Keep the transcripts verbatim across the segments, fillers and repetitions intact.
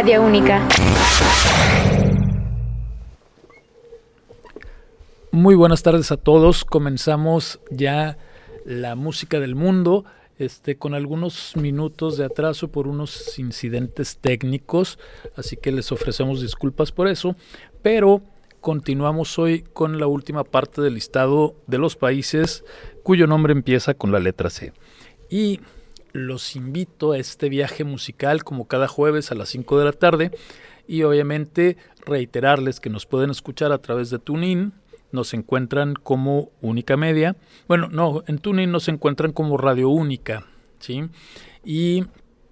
Radio Única. Muy buenas tardes a todos. Comenzamos ya la música del mundo, este, con algunos minutos de atraso por unos incidentes técnicos, así que les ofrecemos disculpas por eso, pero continuamos hoy con la última parte del listado de los países cuyo nombre empieza con la letra C. Y los invito a este viaje musical como cada jueves a las cinco de la tarde y obviamente reiterarles que nos pueden escuchar a través de TuneIn. Nos encuentran como Única Media. Bueno, no, en TuneIn nos encuentran como Radio Única, ¿sí? Y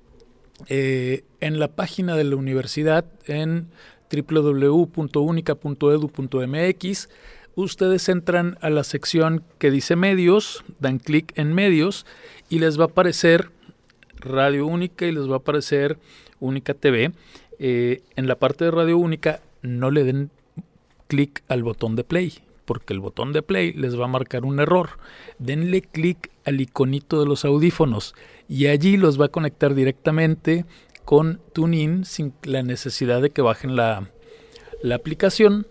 eh, en la página de la universidad, en doble u doble u doble u punto única punto edu punto eme equis, ustedes entran a la sección que dice Medios, dan clic en Medios y les va a aparecer Radio Única y les va a aparecer Única T V. Eh, en la parte de Radio Única no le den clic al botón de play, porque el botón de play les va a marcar un error. Denle clic al iconito de los audífonos y allí los va a conectar directamente con TuneIn sin la necesidad de que bajen la, la aplicación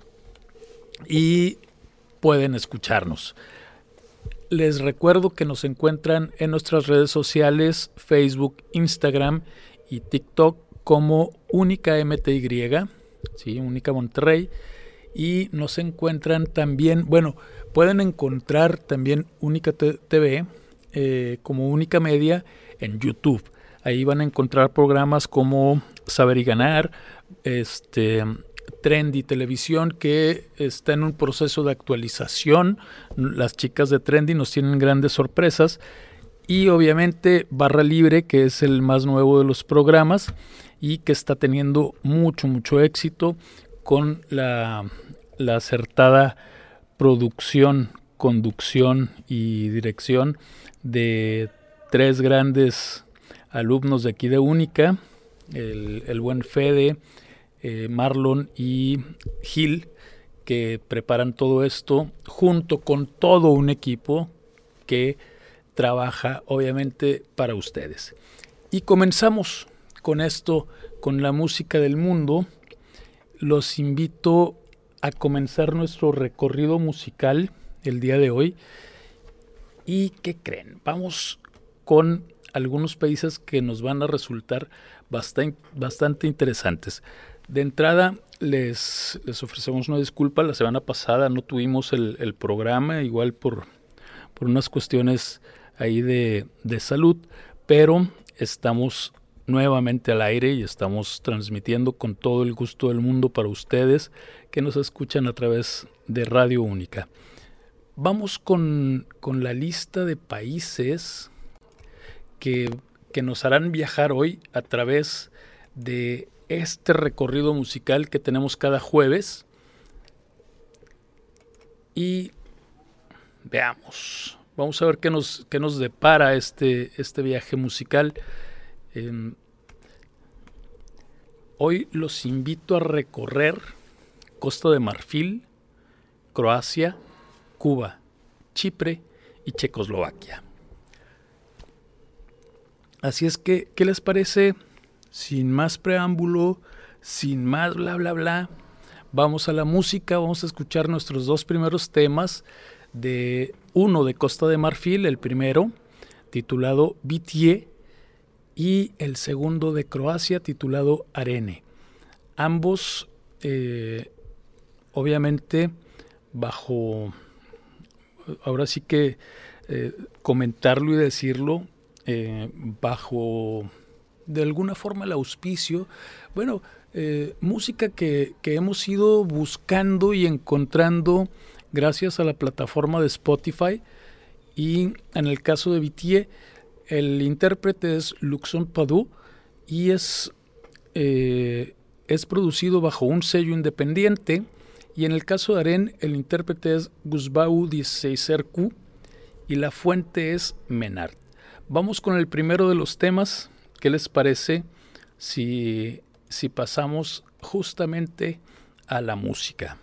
y pueden escucharnos. Les recuerdo que nos encuentran en nuestras redes sociales, Facebook, Instagram y TikTok como Única M T Y, ¿sí? Única Monterrey. Y nos encuentran también, bueno, pueden encontrar también Única T V eh, como Única Media en YouTube. Ahí van a encontrar programas como Saber y Ganar, este, Trendy Televisión, que está en un proceso de actualización. Las chicas de Trendy nos tienen grandes sorpresas. Y obviamente Barra Libre, que es el más nuevo de los programas y que está teniendo mucho, mucho éxito con la, la acertada producción, conducción y dirección de tres grandes alumnos de aquí de Única, el, el buen Fede, eh, Marlon y Gil, que preparan todo esto junto con todo un equipo que trabaja obviamente para ustedes. Y comenzamos con esto, con la música del mundo. Los invito a comenzar nuestro recorrido musical el día de hoy. ¿Y qué creen? Vamos con algunos países que nos van a resultar bastante, bastante interesantes. De entrada, les, les ofrecemos una disculpa. La semana pasada no tuvimos el, el programa, igual por, por unas cuestiones ahí de, de salud, pero estamos nuevamente al aire y estamos transmitiendo con todo el gusto del mundo para ustedes que nos escuchan a través de Radio Única. Vamos con, con la lista de países que, que nos harán viajar hoy a través de este recorrido musical que tenemos cada jueves. Y veamos, vamos a ver qué nos, qué nos depara este, este viaje musical. Eh, hoy los invito a recorrer Costa de Marfil, Croacia, Cuba, Chipre y Checoslovaquia. Así es que, ¿qué les parece? Sin más preámbulo, sin más bla bla bla, vamos a la música, vamos a escuchar nuestros dos primeros temas, de uno de Costa de Marfil, el primero, titulado Bitije, y el segundo de Croacia, titulado Arene. Ambos, eh, obviamente, bajo, ahora sí que eh, comentarlo y decirlo, eh, bajo, de alguna forma, el auspicio, bueno, eh, música que, que hemos ido buscando y encontrando gracias a la plataforma de Spotify. Y en el caso de Bitije, el intérprete es Luxon Padu y es, eh, es producido bajo un sello independiente. Y en el caso de Aren, el intérprete es Guzbau dieciséis R Q y la fuente es Menard. Vamos con el primero de los temas. ¿Qué les parece si, si pasamos justamente a la música?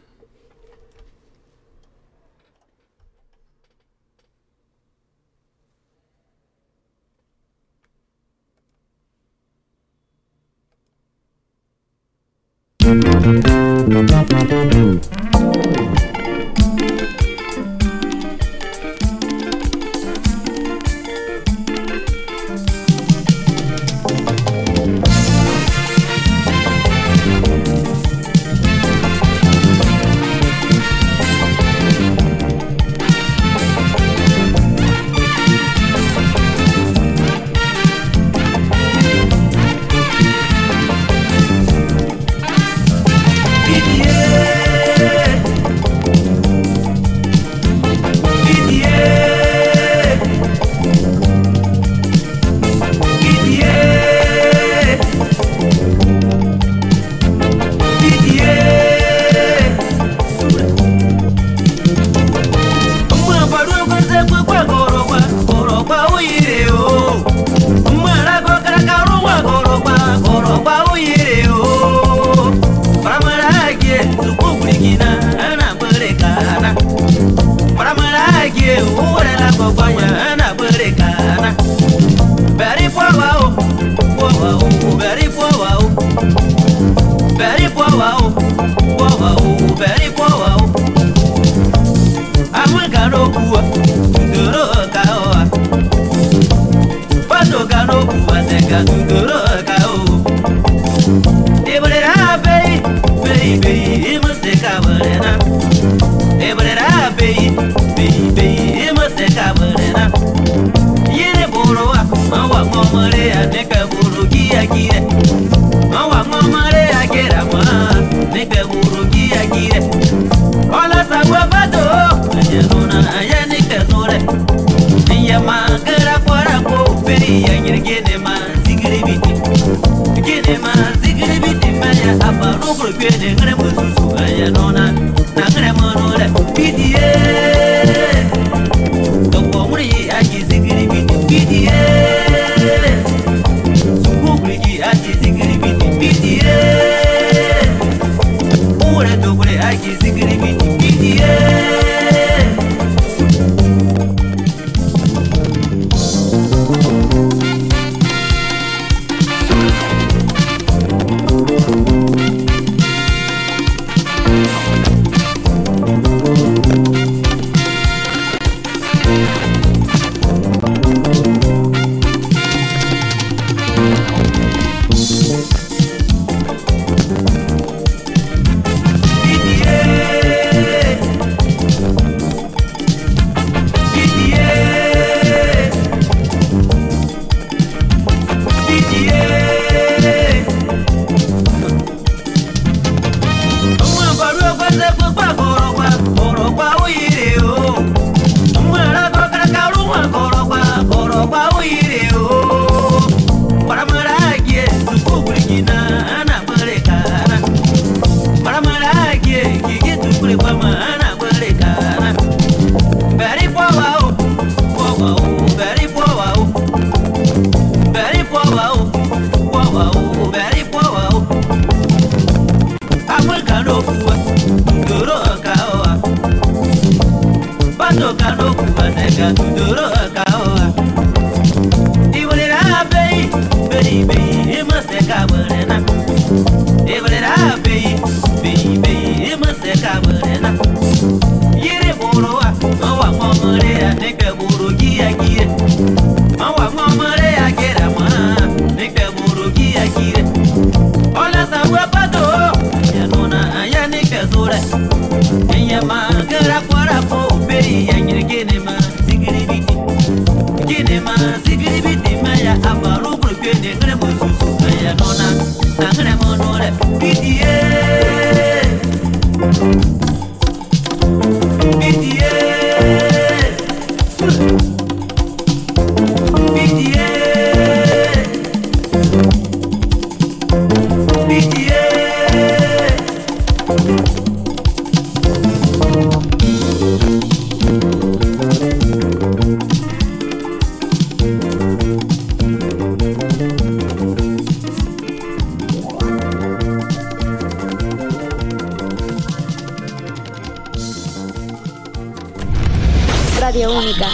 Radio Única.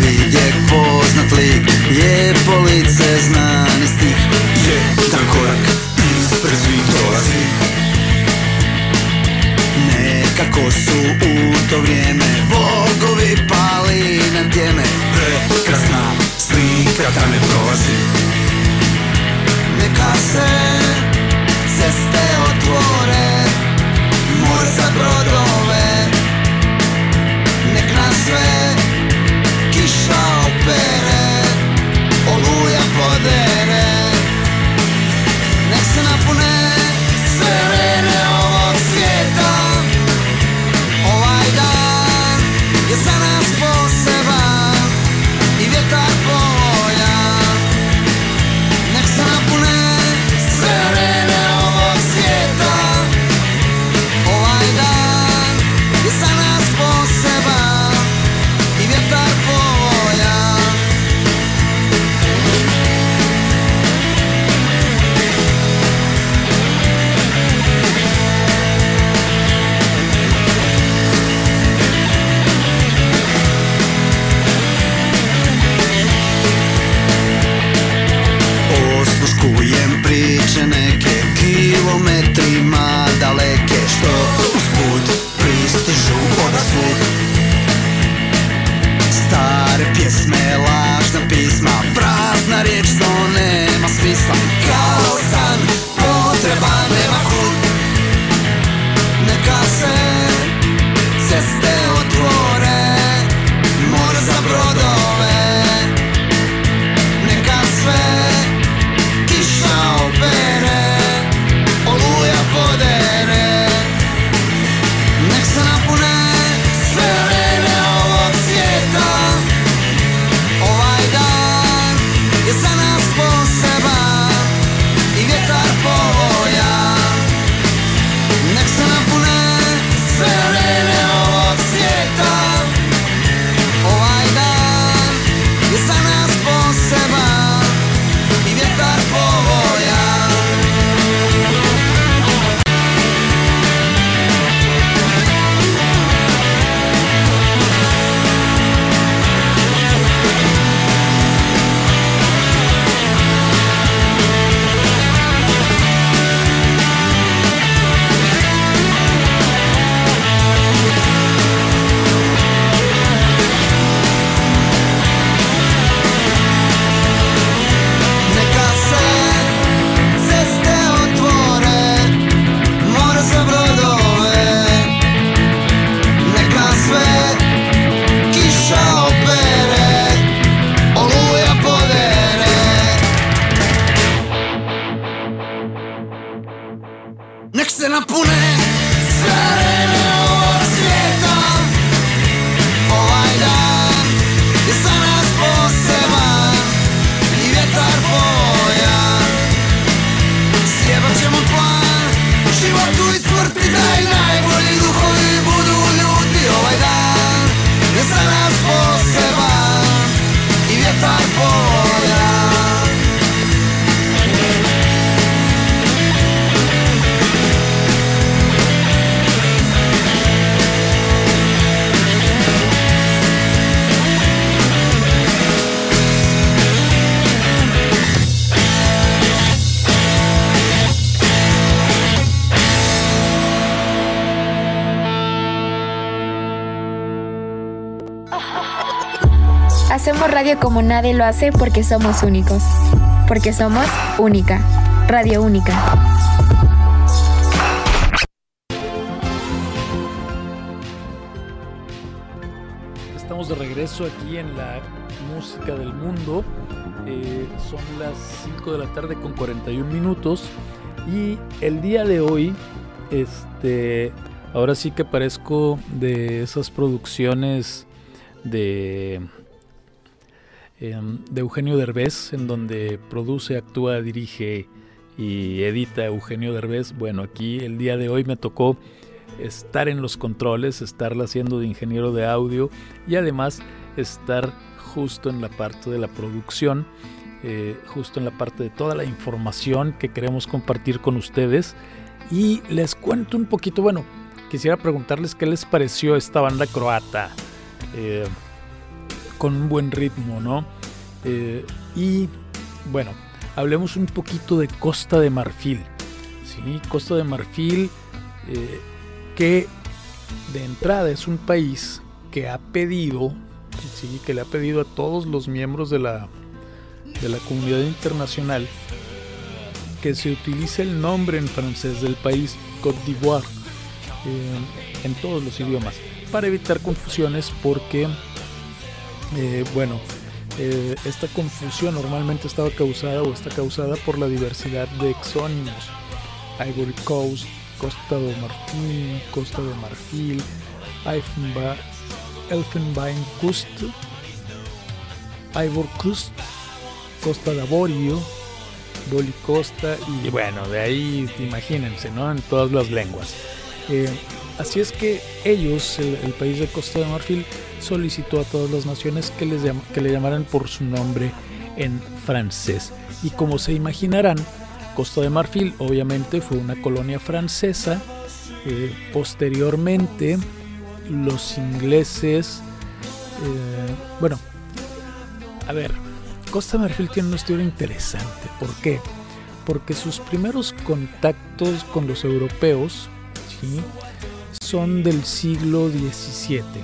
vidjek poznat lik, lijepo lice, znani stih. Jedan korak ispred svih dolazi. Nekako su u to vrijeme bogovi pali na tjeme. Prekrasna slika da ne prolazi. Neka se ceste otvore, more za brodove. Nek nas sve kiša opere, oluja podere. Nek se napune sve vene ovog svijeta. Ovaj dan je za nas poseban i vjetar povoljan. Nek se napune sve vene ovog svijeta. Ovaj dan je za nas poseban i vjetar povoljan. Osluškujem priče neke kilometrima daleke, što usput pristižu odasvud. Stare pjesme, lažna pisma, prazna riječ što nema smisla. Kao san, potreba nema kud. Neka se ceste otvore, more za brodove. Neka sve kiša opere, oluja podere. Nek se napune sve vene ovog svijeta. Ovaj dan je za nas poseban i vjetar povoljan. Nek se napune sve vene ovog svijeta. Ovaj dan je za nas poseban i vjetar povoljan. Neka se ceste otvore, more za brodove. Neka sve kiša opere, oluja podere. Nek se napune sve arene ovog svijeta. Ovaj dan je za nas poseban i vjetar povoljan. Sjebat ćemo plan životu i smrti, da i najbolji duhovi budu ljuti. Ovaj dan je za nas poseban i vjetar povoljan. Hacemos radio como nadie lo hace porque somos únicos. Porque somos única. Radio Única. Estamos de regreso aquí en la música del mundo. Eh, son las cinco de la tarde con cuarenta y un minutos. Y el día de hoy, este, ahora sí que parezco de esas producciones de, eh, de Eugenio Derbez, en donde produce, actúa, dirige y edita Eugenio Derbez. Bueno, aquí el día de hoy me tocó estar en los controles, estarla haciendo de ingeniero de audio y además estar justo en la parte de la producción, eh, justo en la parte de toda la información que queremos compartir con ustedes. Y les cuento un poquito, bueno, quisiera preguntarles qué les pareció esta banda croata, eh, con un buen ritmo, ¿no? Eh, y bueno, hablemos un poquito de Costa de Marfil, ¿sí? Costa de Marfil, eh, que de entrada es un país que ha pedido, ¿sí? que le ha pedido a todos los miembros de la, de la comunidad internacional que se utilice el nombre en francés del país, Côte d'Ivoire, eh, en todos los idiomas, para evitar confusiones, porque eh, bueno, eh, esta confusión normalmente estaba causada o está causada por la diversidad de exónimos: Ivory Coast, Costa de Marfil, Costa de Marfil, Elfenba, Elfenbeinkust, Ivory Coast, Costa de Avorio, Bolicosta, y bueno, de ahí imagínense, ¿no? En todas las lenguas. Eh, así es que ellos, el, el país de Costa de Marfil, solicitó a todas las naciones que, les llam- que le llamaran por su nombre en francés. Y como se imaginarán, Costa de Marfil obviamente fue una colonia francesa. Eh, posteriormente, los ingleses, eh, bueno, a ver, Costa de Marfil tiene una historia interesante. ¿Por qué? Porque sus primeros contactos con los europeos, ¿sí?, son del siglo diecisiete,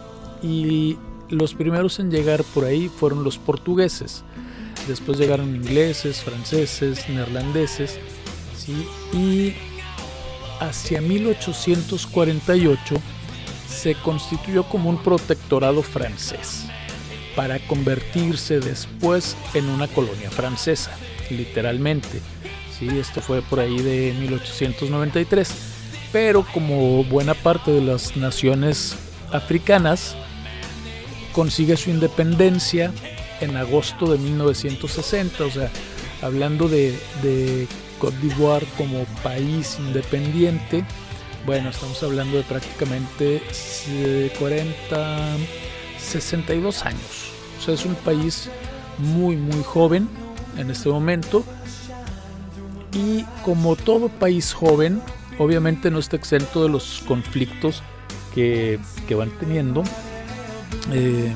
y los primeros en llegar por ahí fueron los portugueses. Después llegaron ingleses, franceses, neerlandeses, ¿sí? Y hacia mil ochocientos cuarenta y ocho se constituyó como un protectorado francés, para convertirse después en una colonia francesa, literalmente. Sí, esto fue por ahí de mil ochocientos noventa y tres, pero como buena parte de las naciones africanas, consigue su independencia en agosto de mil novecientos sesenta, o sea, hablando de, de Côte d'Ivoire como país independiente, bueno, estamos hablando de prácticamente cuarenta, sesenta y dos años. O sea, es un país muy muy joven en este momento, y como todo país joven, obviamente no está exento de los conflictos que, que van teniendo, eh,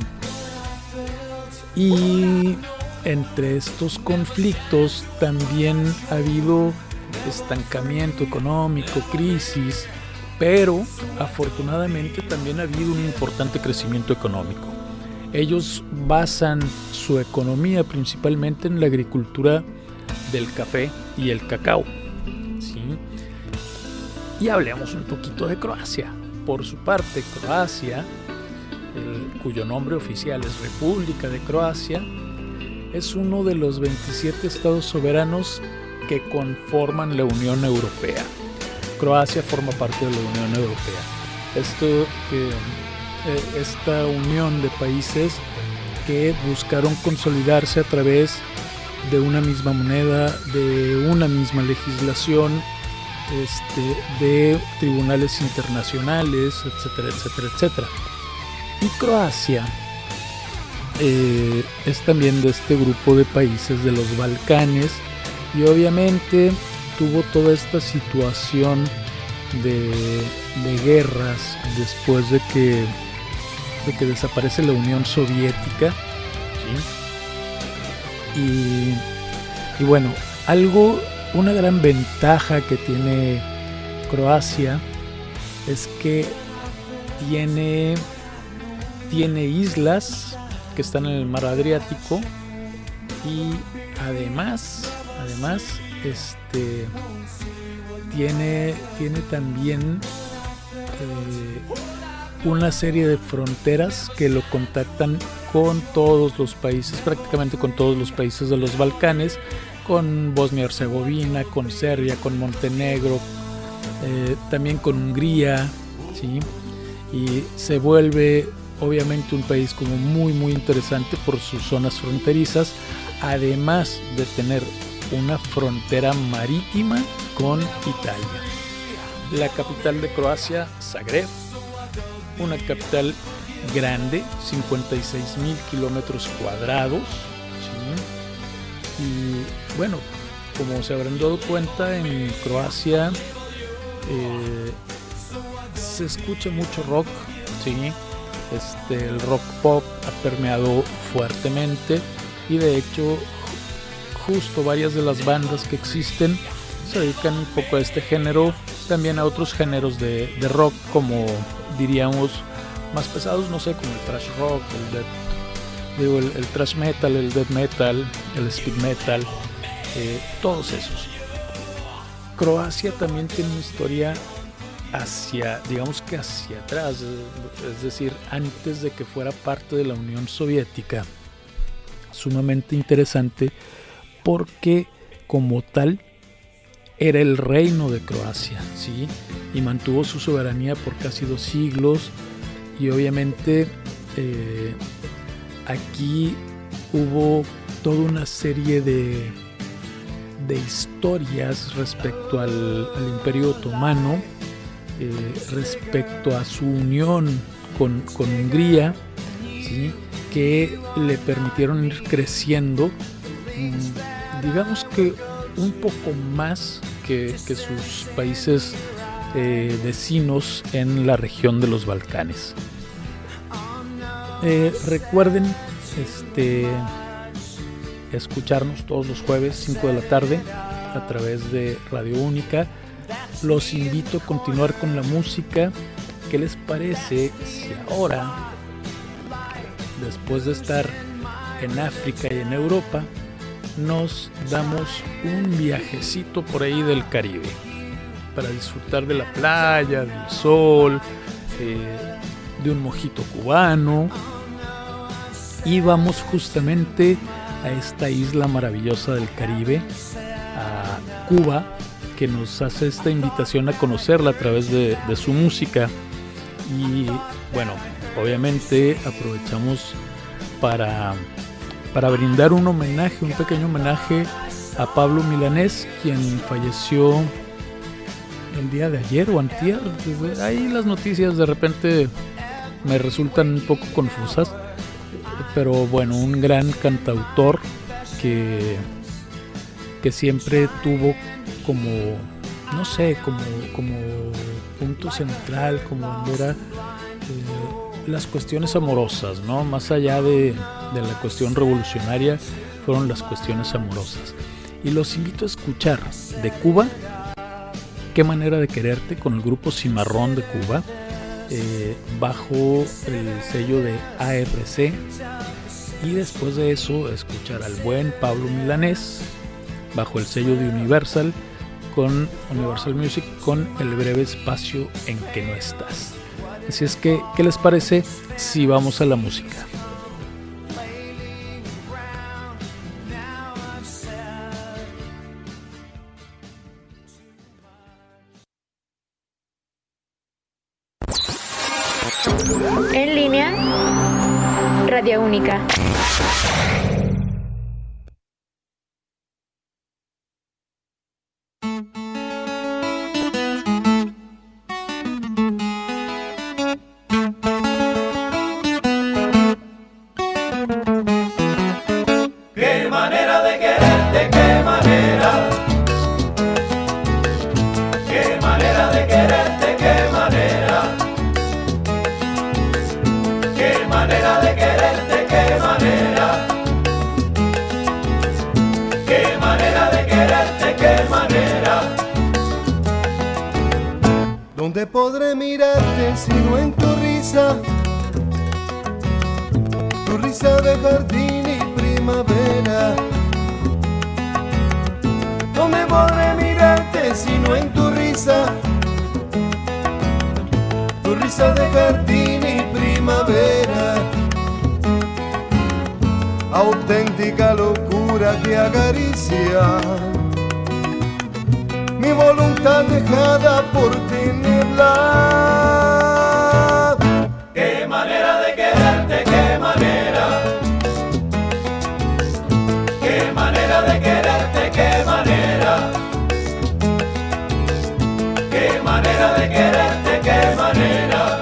y entre estos conflictos también ha habido estancamiento económico, crisis, pero afortunadamente también ha habido un importante crecimiento económico. Ellos basan su economía principalmente en la agricultura del café y el cacao, ¿sí? Y hablemos un poquito de Croacia. Por su parte, Croacia, el, cuyo nombre oficial es República de Croacia, es uno de los veintisiete estados soberanos que conforman la Unión Europea. Croacia forma parte de la Unión Europea. Esto, eh, esta unión de países que buscaron consolidarse a través de una misma moneda, de una misma legislación, este, de tribunales internacionales, etcétera, etcétera, etcétera. Y Croacia eh, es también de este grupo de países de los Balcanes, y obviamente tuvo toda esta situación de, de guerras después de que, de que desaparece la Unión Soviética, ¿sí? y, y bueno, algo, una gran ventaja que tiene Croacia es que tiene, tiene islas que están en el mar Adriático, y además además este tiene tiene también eh, una serie de fronteras que lo contactan con todos los países, prácticamente con todos los países de los Balcanes, con Bosnia-Herzegovina, con Serbia, con Montenegro, eh, también con Hungría, ¿sí? Y se vuelve obviamente un país como muy muy interesante por sus zonas fronterizas, además de tener una frontera marítima con Italia. La capital de Croacia, Zagreb, una capital grande, cincuenta y seis mil kilómetros cuadrados, ¿sí? Y bueno, como se habrán dado cuenta, en Croacia eh, se escucha mucho rock, ¿sí? este, el rock pop ha permeado fuertemente y de hecho justo varias de las bandas que existen se dedican un poco a este género, también a otros géneros de, de rock como diríamos más pesados, no sé, como el thrash rock, el death, digo, el, el thrash metal, el death metal, el speed metal, eh, todos esos. Croacia también tiene una historia hacia, digamos que hacia atrás, es decir, antes de que fuera parte de la Unión Soviética, sumamente interesante porque como tal era el reino de Croacia, ¿sí? Y mantuvo su soberanía por casi dos siglos y obviamente eh, aquí hubo toda una serie de, de historias respecto al, al Imperio Otomano, eh, respecto a su unión con, con Hungría, ¿sí? Que le permitieron ir creciendo, digamos que un poco más que, que sus países eh, vecinos en la región de los Balcanes. Eh, recuerden este, escucharnos todos los jueves cinco de la tarde a través de Radio Única. Los invito a continuar con la música. ¿Qué les parece si ahora, después de estar en África y en Europa, nos damos un viajecito por ahí del Caribe para disfrutar de la playa, del sol, eh, de un mojito cubano, y vamos justamente a esta isla maravillosa del Caribe, a Cuba, que nos hace esta invitación a conocerla a través de, de su música. Y bueno, obviamente aprovechamos para para brindar un homenaje, un pequeño homenaje a Pablo Milanés, quien falleció el día de ayer o antier. Ahí las noticias de repente me resultan un poco confusas, pero bueno, un gran cantautor que, que siempre tuvo como, no sé, como, como punto central, como bandera, eh, las cuestiones amorosas, ¿no? Más allá de, de la cuestión revolucionaria, fueron las cuestiones amorosas. Y los invito a escuchar de Cuba, Qué manera de quererte, con el grupo Cimarrón de Cuba, eh, bajo el sello de A R C. Y después de eso, escuchar al buen Pablo Milanés, bajo el sello de Universal, con Universal Music, con El breve espacio en que no estás. Así es que, ¿qué les parece si vamos a la música? En línea, Radio Única. ¿Dónde podré mirarte si no en tu risa? Tu risa de jardín y primavera. ¿Dónde podré mirarte si no en tu risa? Tu risa de jardín y primavera. Auténtica locura que acaricia mi voluntad dejada por tinieblas. Qué manera de quererte, qué manera. Qué manera de quererte, qué manera. Qué manera de quererte, qué manera.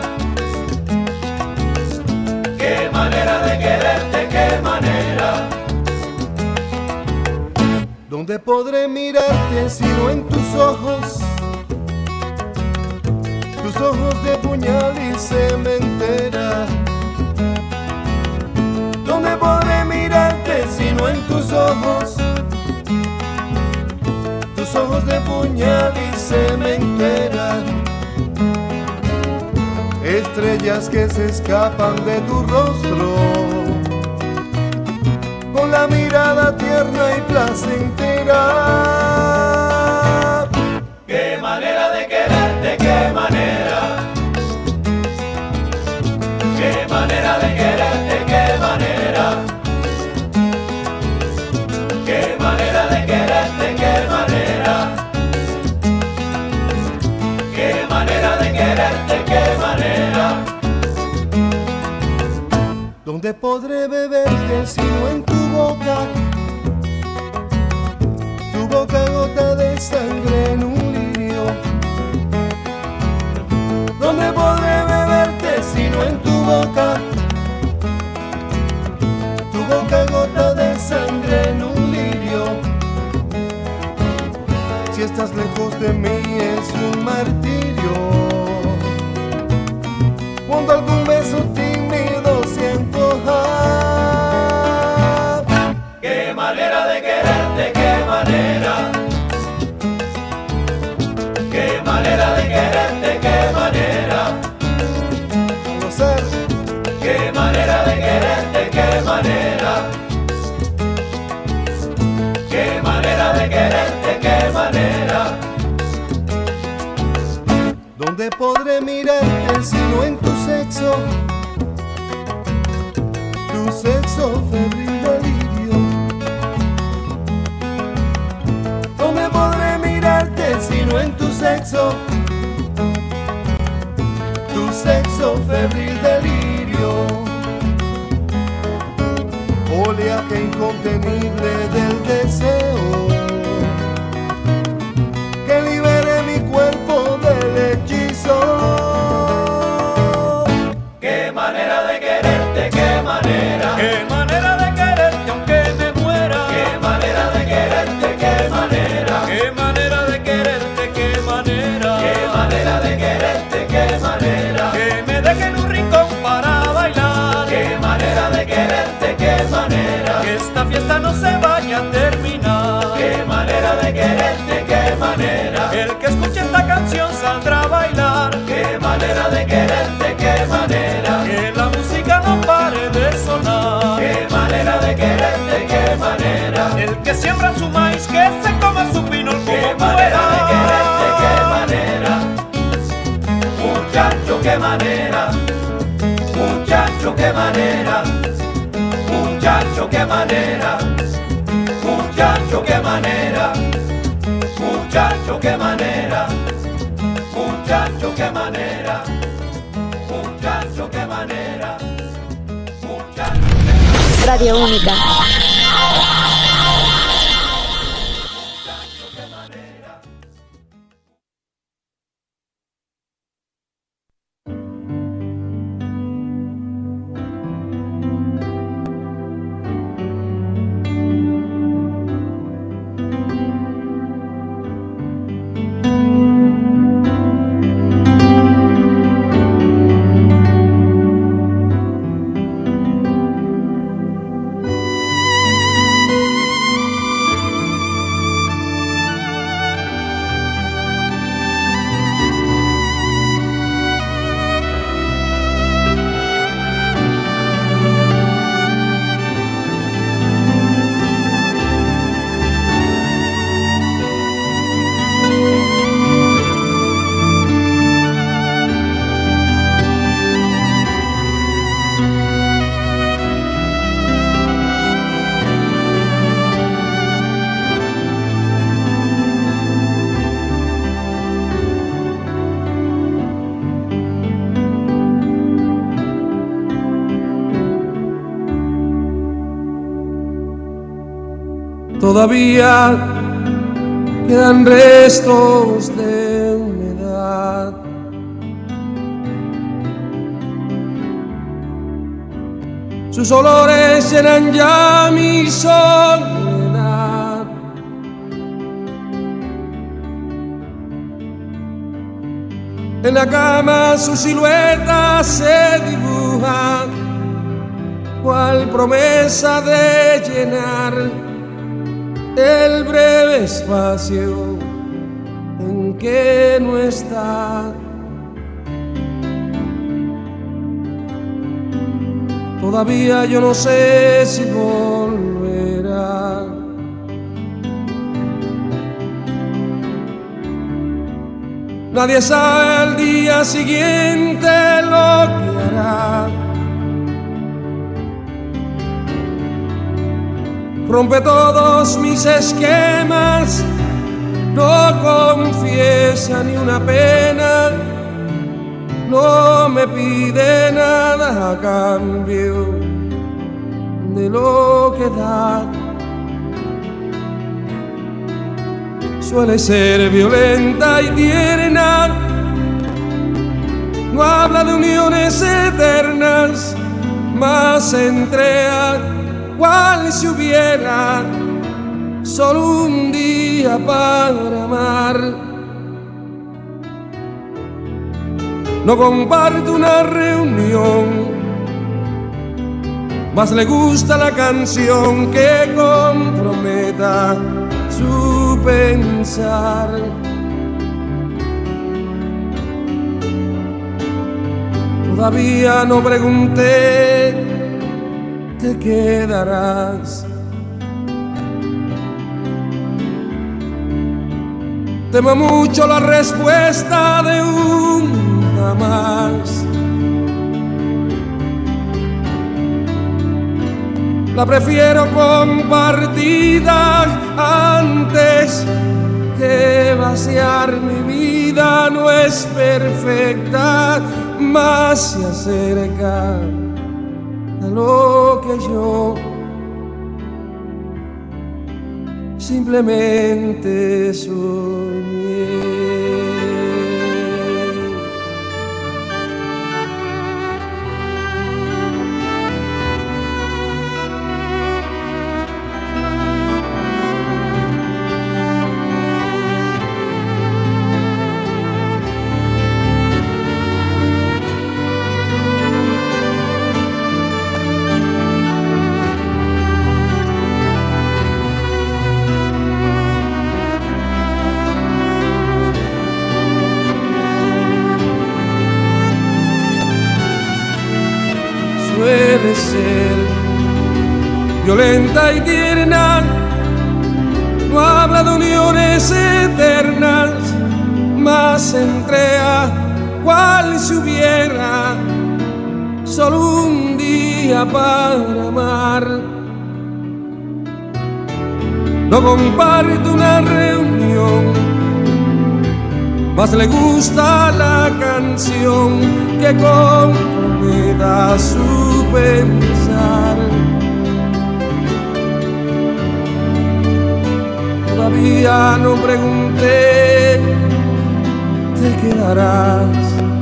Qué manera de quererte, qué manera. ¿Dónde podré mirarte si no en tus ojos? Tus ojos de puñal y cementera. ¿Dónde podré mirarte sino en tus ojos? Tus ojos de puñal y cementera, estrellas que se escapan de tu rostro, con la mirada tierna y placentera. Qué manera de quererte, qué manera. Qué manera de quererte, qué manera. Qué manera de quererte, qué manera. Qué manera de quererte, qué manera. ¿Dónde podré beberte sino en tu boca? Tu boca gota de sangre en un lirio. ¿Dónde podré beberte sino en tu boca? Tu boca gota de sangre en un lirio. Si estás lejos de mí es un martirio. Cuando algún beso tímido siento ah. Qué manera de quererte, qué manera. Qué manera de quererte, qué manera. Conocer. Qué manera de quererte, qué manera. Qué manera de quererte, qué manera. ¿Dónde podré mirarte sino en tu sexo? Tu sexo febril delirio. ¿Dónde podré mirarte sino en tu sexo? Tu sexo febril delirio. Oleaje incontenible del deseo que libere mi cuerpo del hechizo. Qué manera de quererte, qué manera. Qué manera de quererte aunque me muera. Qué manera de quererte, qué manera. Qué manera de quererte, qué manera. Qué manera de quererte, qué manera. Que me deje en un rincón para bailar. Qué manera de quererte, qué manera. Que esta fiesta no se vaya a terminar. Qué manera de quererte, qué manera. El que escuche esta canción saldrá a bailar. Qué manera de quererte, qué manera. Que la música no pare de sonar. Qué manera de quererte, qué manera. El que siembra su maíz que se coma su pinol como Qué manera de quererte, qué manera. Muchacho, qué manera. Muchacho, qué manera. Muchacho, qué manera. Muchacho, qué manera. Muchacho, qué manera. Muchacho, qué manera. Muchacho, qué manera. Muchacho, qué manera. Radio Única. Todavía quedan restos de humedad. Sus olores llenan ya mi soledad. En la cama su silueta se dibuja cual promesa de llenar el breve espacio en que no está. Todavía yo no sé si volverá. Nadie sabe al día siguiente lo que hará. Rompe todos mis esquemas, no confiesa ni una pena, no me pide nada a cambio de lo que da. Suele ser violenta y tierna, no habla de uniones eternas, mas se entrega cual si hubiera solo un día para amar. No comparte una reunión, mas le gusta la canción que comprometa su pensar. Todavía no pregunté, ¿te quedarás? Temo mucho la respuesta de un jamás. La prefiero compartida antes que vaciar mi vida. No es perfecta, mas se acerca a lo que yo simplemente soñé. Suele ser violenta y tierna, no habla de uniones eternas, mas se entrega cual si hubiera solo un día para amar. No comparte una reunión, mas le gusta la canción que comprometa su pensar. Todavía no pregunté, ¿te quedarás?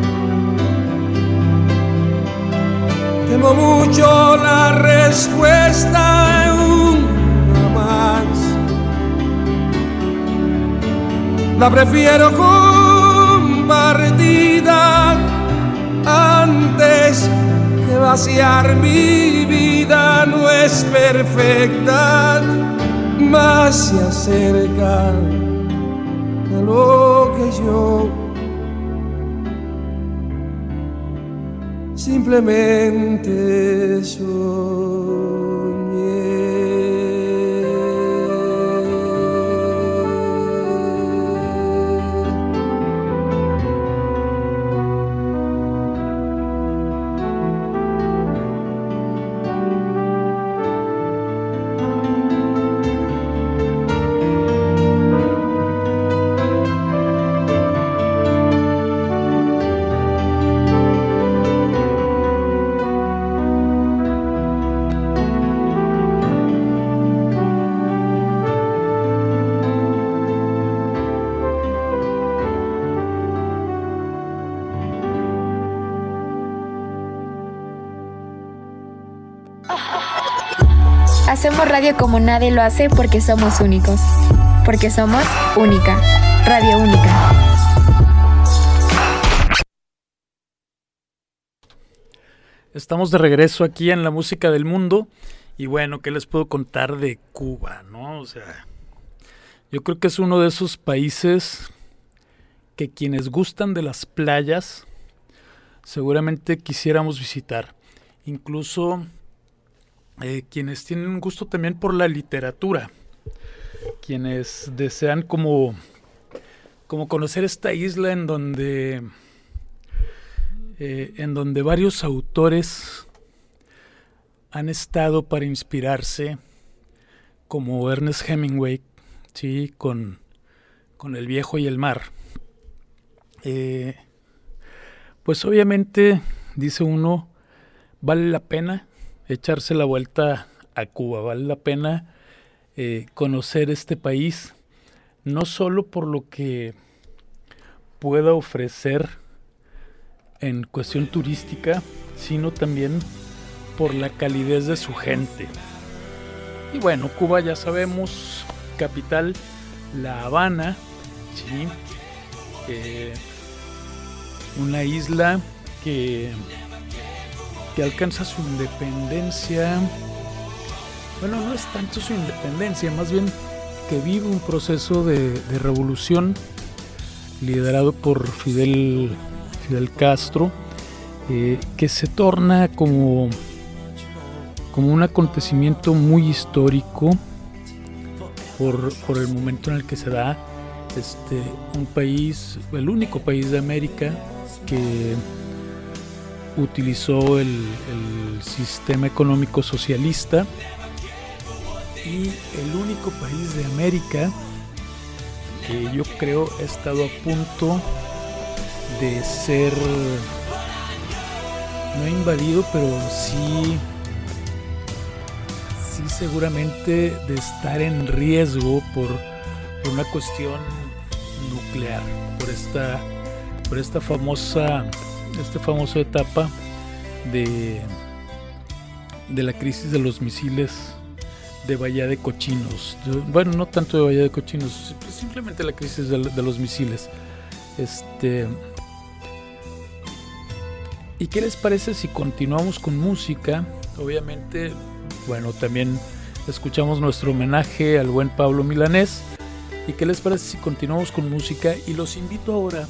Temo mucho la respuesta de un jamás. La prefiero compartida antes que vaciar mi vida. No es perfecta, mas se acerca a lo que yo simplemente soñé. Hacemos radio como nadie lo hace porque somos únicos. Porque somos única. Radio Única. Estamos de regreso aquí en La Música del Mundo y bueno, ¿qué les puedo contar de Cuba, no? O sea, yo creo que es uno de esos países que quienes gustan de las playas seguramente quisiéramos visitar. Incluso eh, quienes tienen un gusto también por la literatura, quienes desean como, como conocer esta isla en donde... Eh, en donde varios autores han estado para inspirarse, como Ernest Hemingway, ¿sí? con, con El viejo y el mar. Eh, pues obviamente, dice uno, vale la pena echarse la vuelta a Cuba, vale la pena eh, conocer este país, no solo por lo que pueda ofrecer en cuestión turística, sino también por la calidez de su gente. Y bueno, Cuba ya sabemos, capital La Habana, ¿sí? Eh, una isla que, que alcanza su independencia. Bueno, no es tanto su independencia, más bien que vive un proceso de, de revolución liderado por Fidel Fidel Castro, eh, que se torna como, como un acontecimiento muy histórico por, por el momento en el que se da. Este, un país, el único país de América que utilizó el, el sistema económico socialista y el único país de América que yo creo ha estado a punto de ser no invadido, pero sí sí seguramente de estar en riesgo por, por una cuestión nuclear, por esta por esta famosa esta famosa etapa de de la crisis de los misiles de Bahía de Cochinos. Bueno, no tanto de Bahía de Cochinos, simplemente la crisis de, de los misiles. Este ¿Y qué les parece si continuamos con música? Obviamente, bueno, también escuchamos nuestro homenaje al buen Pablo Milanés. ¿Y qué les parece si continuamos con música? Y los invito ahora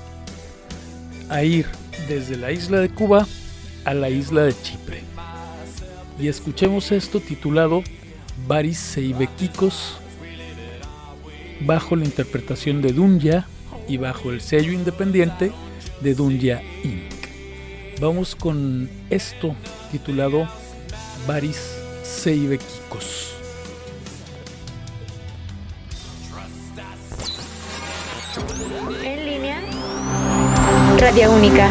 a ir desde la isla de Cuba a la isla de Chipre. Y escuchemos esto titulado Baris Seibequicos, bajo la interpretación de Dunya y bajo el sello independiente de Dunya incorporated. Vamos con esto titulado Baris Seibequicos. En línea, Radio Única.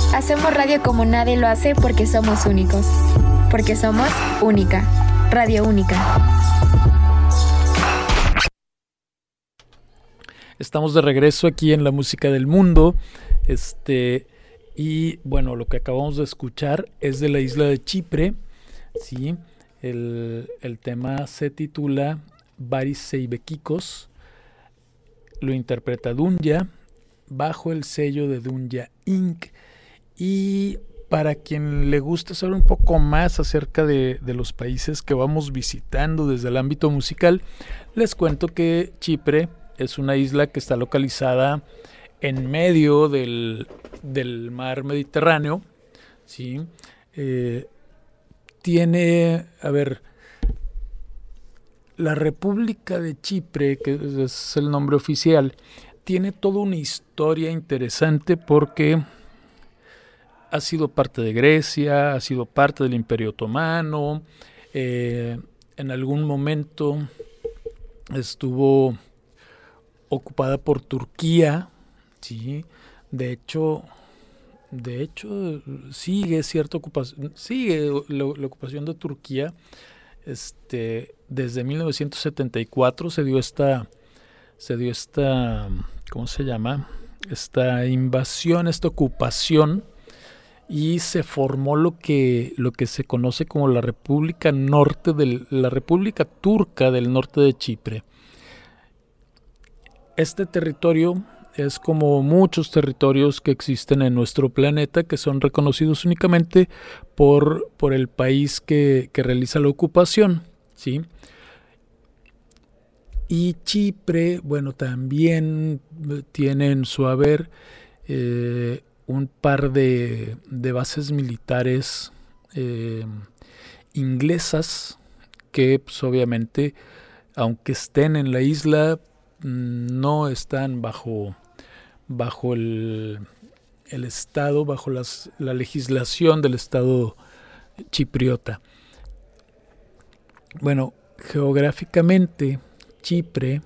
Hacemos radio como nadie lo hace porque somos únicos. Porque somos única. Radio Única. Estamos de regreso aquí en La Música del Mundo. Este, y bueno, lo que acabamos de escuchar es de la isla de Chipre. ¿Sí? El, el tema se titula Baris Seibekikos. Lo interpreta Dunya bajo el sello de Dunya incorporated. Y para quien le gusta saber un poco más acerca de, de los países que vamos visitando desde el ámbito musical, les cuento que Chipre es una isla que está localizada en medio del, del mar Mediterráneo, ¿sí? Eh, tiene, a ver, la República de Chipre, que es el nombre oficial, tiene toda una historia interesante porque ha sido parte de Grecia, ha sido parte del Imperio Otomano, eh, en algún momento estuvo ocupada por Turquía, ¿sí? De hecho, de hecho sigue cierta ocupación, sigue la, la ocupación de Turquía. Este, desde mil novecientos setenta y cuatro se dio esta, se dio esta, ¿cómo se llama? Esta invasión, esta ocupación. Y se formó lo que, lo que se conoce como la República Norte del, la República Turca del Norte de Chipre. Este territorio es como muchos territorios que existen en nuestro planeta, que son reconocidos únicamente por, por el país que, que realiza la ocupación, ¿sí? Y Chipre, bueno, también tiene en su haber eh, un par de, de bases militares eh, inglesas que pues, obviamente, aunque estén en la isla, no están bajo, bajo el, el Estado, bajo las, la legislación del Estado chipriota. Bueno, geográficamente Chipre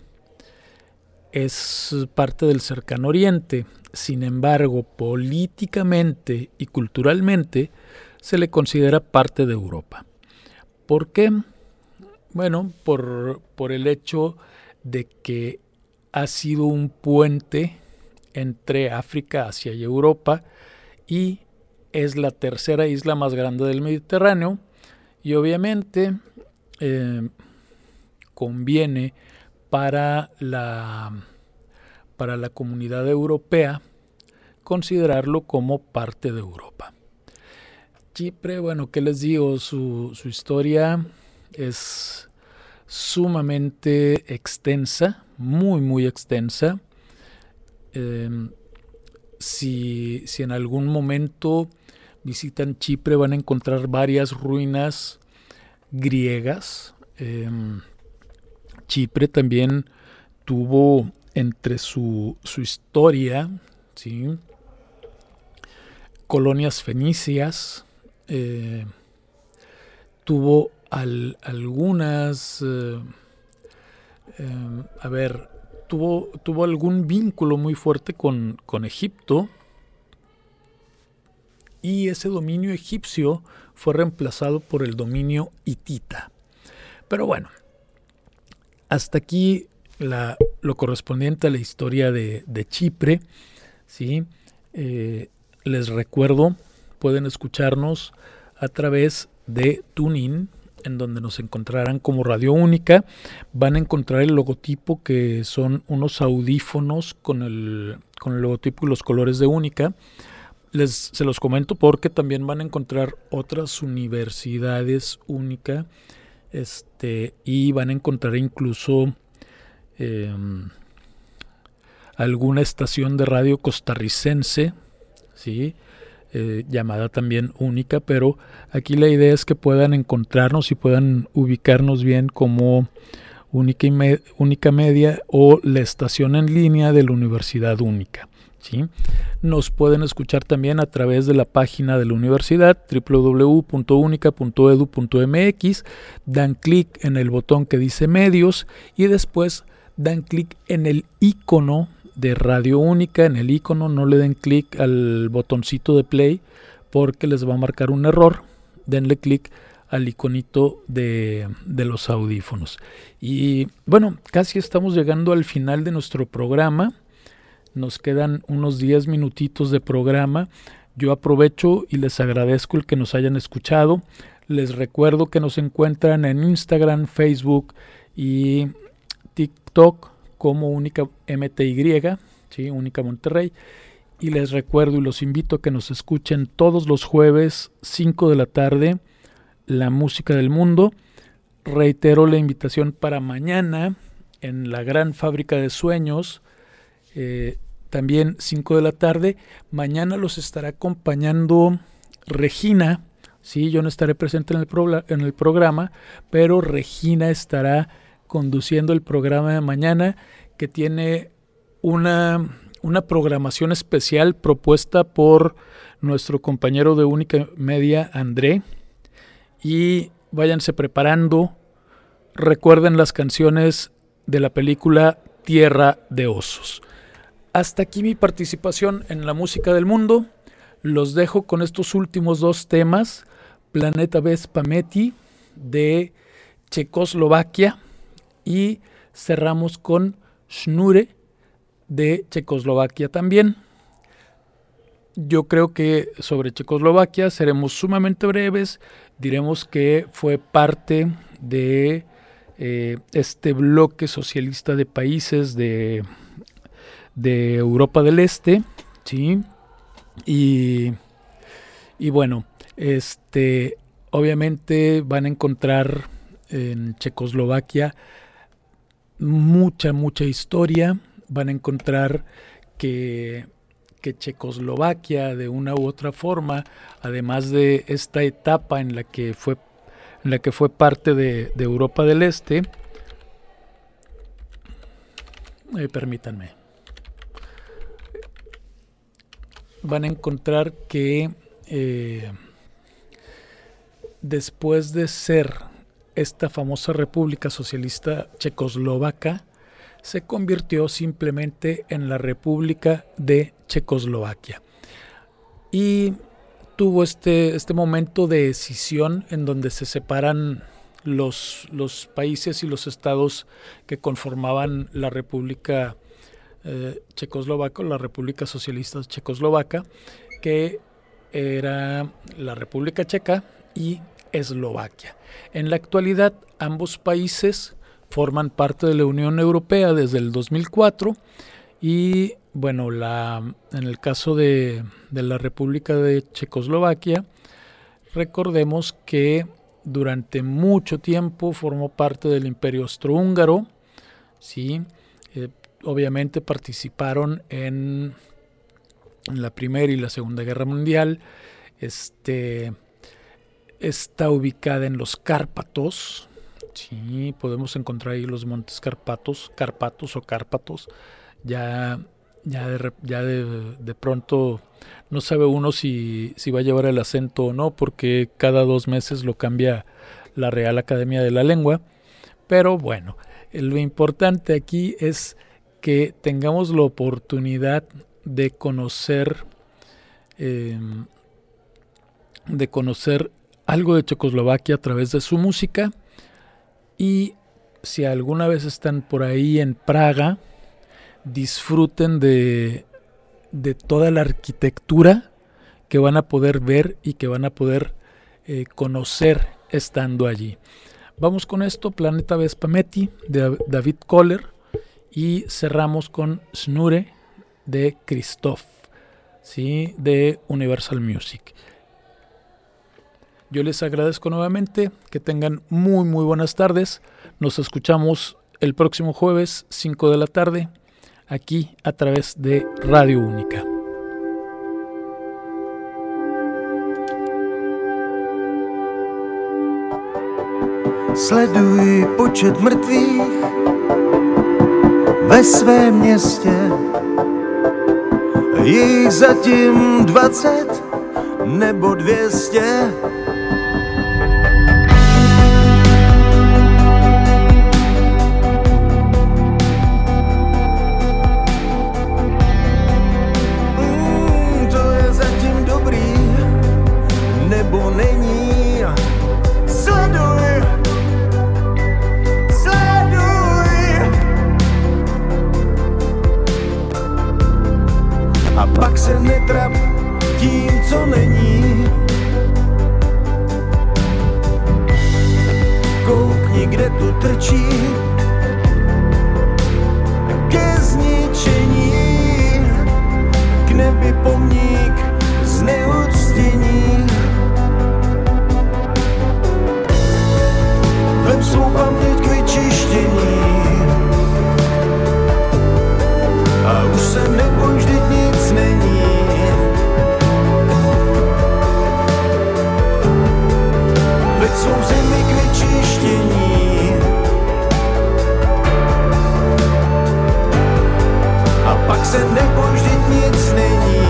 es parte del Cercano Oriente. Sin embargo, políticamente y culturalmente se le considera parte de Europa. ¿Por qué? Bueno, por, por el hecho de que ha sido un puente entre África, Asia y Europa, y es la tercera isla más grande del Mediterráneo, y obviamente eh, conviene para la... para la comunidad europea considerarlo como parte de Europa. Chipre, bueno, ¿qué les digo? Su, su historia es sumamente extensa, muy muy extensa. Eh, si, si en algún momento visitan Chipre van a encontrar varias ruinas griegas. Eh, Chipre también tuvo entre su, su historia, ¿sí?, colonias fenicias, eh, tuvo al, algunas, eh, eh, a ver, tuvo, tuvo algún vínculo muy fuerte con, con Egipto, y ese dominio egipcio fue reemplazado por el dominio hitita. Pero bueno, hasta aquí La, lo correspondiente a la historia de, de Chipre, ¿sí? Eh, les recuerdo, pueden escucharnos a través de TuneIn, en donde nos encontrarán como Radio Única. Van a encontrar el logotipo, que son unos audífonos con el, con el logotipo y los colores de Única. Les, se los comento porque también van a encontrar otras universidades Única, este, y van a encontrar incluso Eh, alguna estación de radio costarricense, ¿sí? eh, llamada también Única, pero aquí la idea es que puedan encontrarnos y puedan ubicarnos bien como Única, y me, Única Media o la estación en línea de la Universidad Única, ¿sí? Nos pueden escuchar también a través de la página de la universidad, doble u doble u doble u punto única punto e d u punto m x, dan clic en el botón que dice medios y después dan clic en el icono de Radio Única en el icono, no le den clic al botoncito de play porque les va a marcar un error. Denle clic al iconito de, de los audífonos. Y bueno, casi estamos llegando al final de nuestro programa. Nos quedan unos diez minutitos de programa. Yo aprovecho y les agradezco el que nos hayan escuchado. Les recuerdo que nos encuentran en Instagram, Facebook y TikTok como Única M T Y, ¿sí? Única Monterrey. Y les recuerdo y los invito a que nos escuchen todos los jueves, cinco de la tarde, La Música del Mundo. Reitero la invitación para mañana en la Gran Fábrica de Sueños, eh, también cinco de la tarde. Mañana los estará acompañando Regina. Sí, yo no estaré presente en el, pro- en el programa, pero Regina estará conduciendo el programa de mañana, que tiene una, una programación especial propuesta por nuestro compañero de Única Media, André. Y váyanse preparando. Recuerden las canciones de la película Tierra de Osos. Hasta aquí mi participación en La Música del Mundo. Los dejo con estos últimos dos temas. Planeta Vespameti de Checoslovaquia y cerramos con Sznure de Checoslovaquia también. Yo creo que sobre Checoslovaquia seremos sumamente breves. Diremos que fue parte de eh, este bloque socialista de países de, de Europa del Este, ¿sí? Y, y bueno, este, obviamente van a encontrar en Checoslovaquia mucha, mucha historia. Van a encontrar que, que Checoslovaquia, de una u otra forma, además de esta etapa en la que fue, en la que fue parte de, de Europa del Este, eh, permítanme, van a encontrar que eh, después de ser esta famosa República Socialista Checoslovaca, se convirtió simplemente en la República de Checoslovaquia. Y tuvo este, este momento de escisión en donde se separan los, los países y los estados que conformaban la República eh, Checoslovaca, la República Socialista Checoslovaca, que era la República Checa y Eslovaquia. En la actualidad, ambos países forman parte de la Unión Europea desde el dos mil cuatro y bueno, la, en el caso de, de la República de Checoslovaquia, recordemos que durante mucho tiempo formó parte del Imperio Austrohúngaro, ¿sí? Eh, obviamente participaron en, en la Primera y la Segunda Guerra Mundial. Este está ubicada en los Cárpatos. Sí, podemos encontrar ahí los montes Cárpatos, Cárpatos o Cárpatos. Ya, ya, de, ya de, de pronto no sabe uno si, si va a llevar el acento o no, porque cada dos meses lo cambia la Real Academia de la Lengua. Pero bueno, lo importante aquí es que tengamos la oportunidad de conocer, eh, de conocer algo de Checoslovaquia a través de su música. Y si alguna vez están por ahí en Praga, disfruten de, de toda la arquitectura que van a poder ver y que van a poder eh, conocer estando allí. Vamos con esto, Planeta Vespameti de David Kohler, y cerramos con Sznure de Christoph, ¿sí? De Universal Music. Yo les agradezco nuevamente, que tengan muy muy buenas tardes. Nos escuchamos el próximo jueves, cinco de la tarde, aquí a través de Radio Única. Sleduji počet mrtvých ve svém městě. Je jich zatím dvacet nebo dvě stě. trčí ke zničení, k nebi pomník z neúctění. Vem svou paměť k vyčištění a už se neboj, vždyť nic není. Veď svou zemi k vyčištění a pak se neboj, vždyť nic není.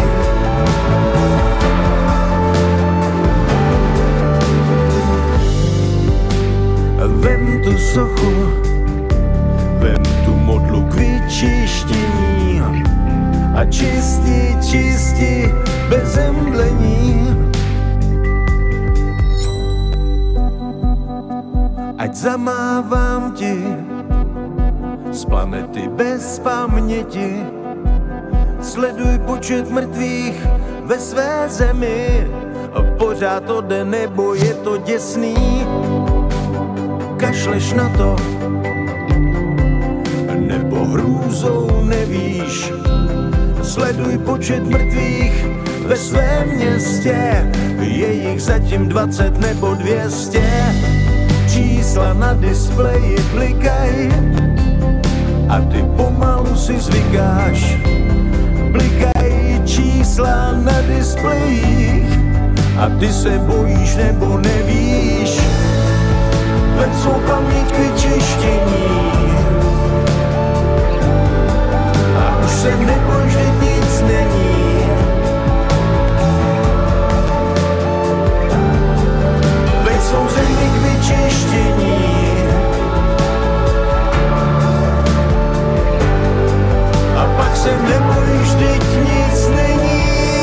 Vem tu sochu, vem tu modlu k vyčištění a čisti, čisti bez zemlení. Ať zamávám ti z planety bez paměti. Sleduj počet mrtvých ve své zemi a pořád to jde, nebo je to děsný. Kašleš na to, nebo hrůzou nevíš. Sleduj počet mrtvých ve svém městě, je jich zatím dvacet nebo dvě stě. Čísla na displeji blikaj a ty pomalu si zvykáš. Blikají čísla na displejích a ty se bojíš nebo nevíš. Vem svou paměť k vyčištění a už se neboj, vždyť nic není. Veď svou zemi k vyčištění a pak se neboj, vždyť nic není.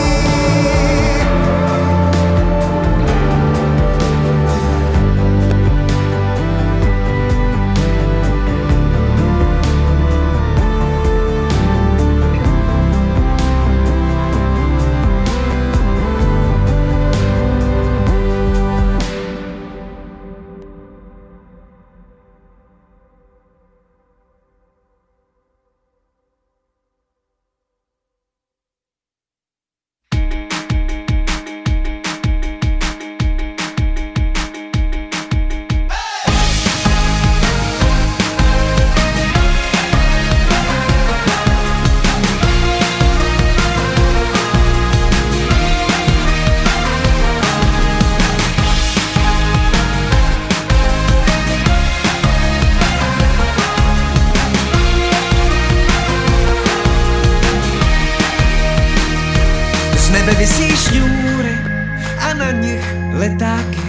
Visí šňůry a na nich letáky.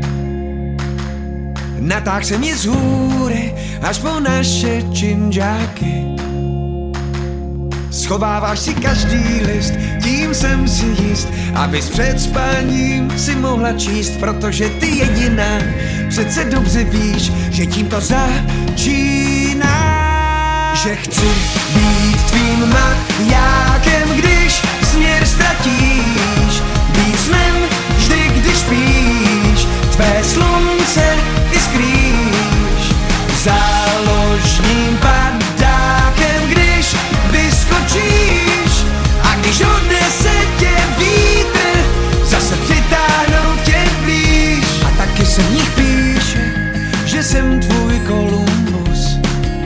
Natáh se mi z hůry až po naše činžáky. Schováváš si každý list, tím jsem si jist, abys před spáním si mohla číst, protože ty jediná přece dobře víš, že tím to začíná. Že chci být tvým majákem, když směr ztratíš, být snem vždy, když spíš, tvé slunce i skrýš, záložním padákem, když vyskočíš a když odnese tě vítr, zase přitáhnou tě blíž. A taky se v nich píše, že jsem tvůj Kolumbus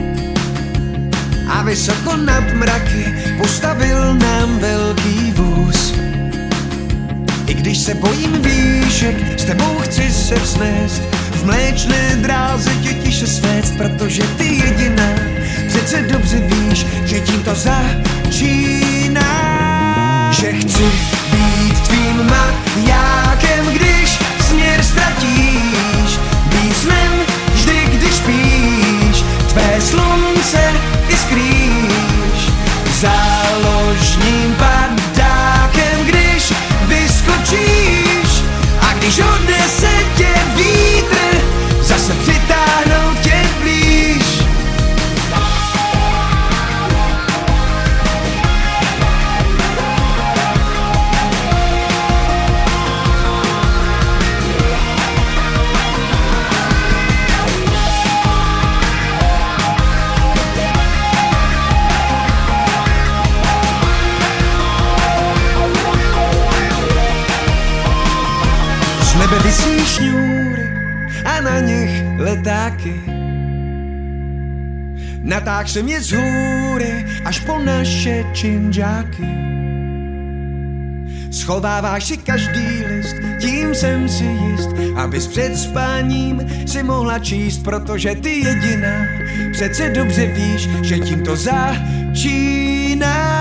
a vysoko nad mraky postavil nám velký vůz. I když se bojím výšek, s tebou chci se vznést, v mléčné dráze tě tiše svést, protože ty jediná přece dobře víš, že tím to začíná. Že chci být tvým majákem, když směr ztratíš, být snem vždy, když spíš, tvé slunce i skrýš, záložním padákem, když vyskočíš a když odnese tě vítr, zase přitáhnou tě blíž. nebe visí šňůry a na nich letáky. Natáč se mě z hůry až po naše činžáky. Schováváš si každý list, tím jsem si jist, abys před spáním si mohla číst, protože ty jediná přece dobře víš, že tím to začíná.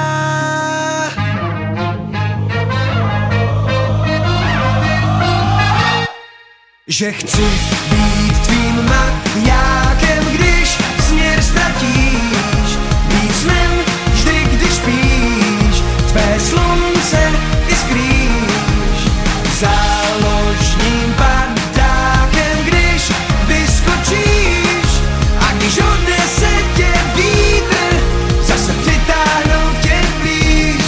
Že chci být tvým majákem, když směr ztratíš, být snem vždy, když spíš, tvé slunce i skrýš, záložním padákem, když vyskočíš, a když odnese tě vítr, zase přitáhnou tě blíž.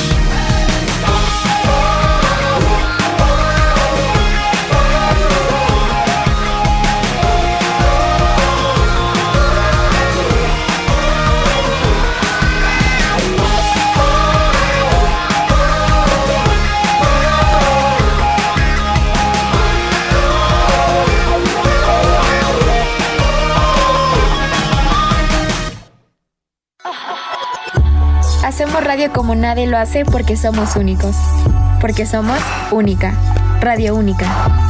Hacemos radio como nadie lo hace porque somos únicos. Porque somos única. Radio Única.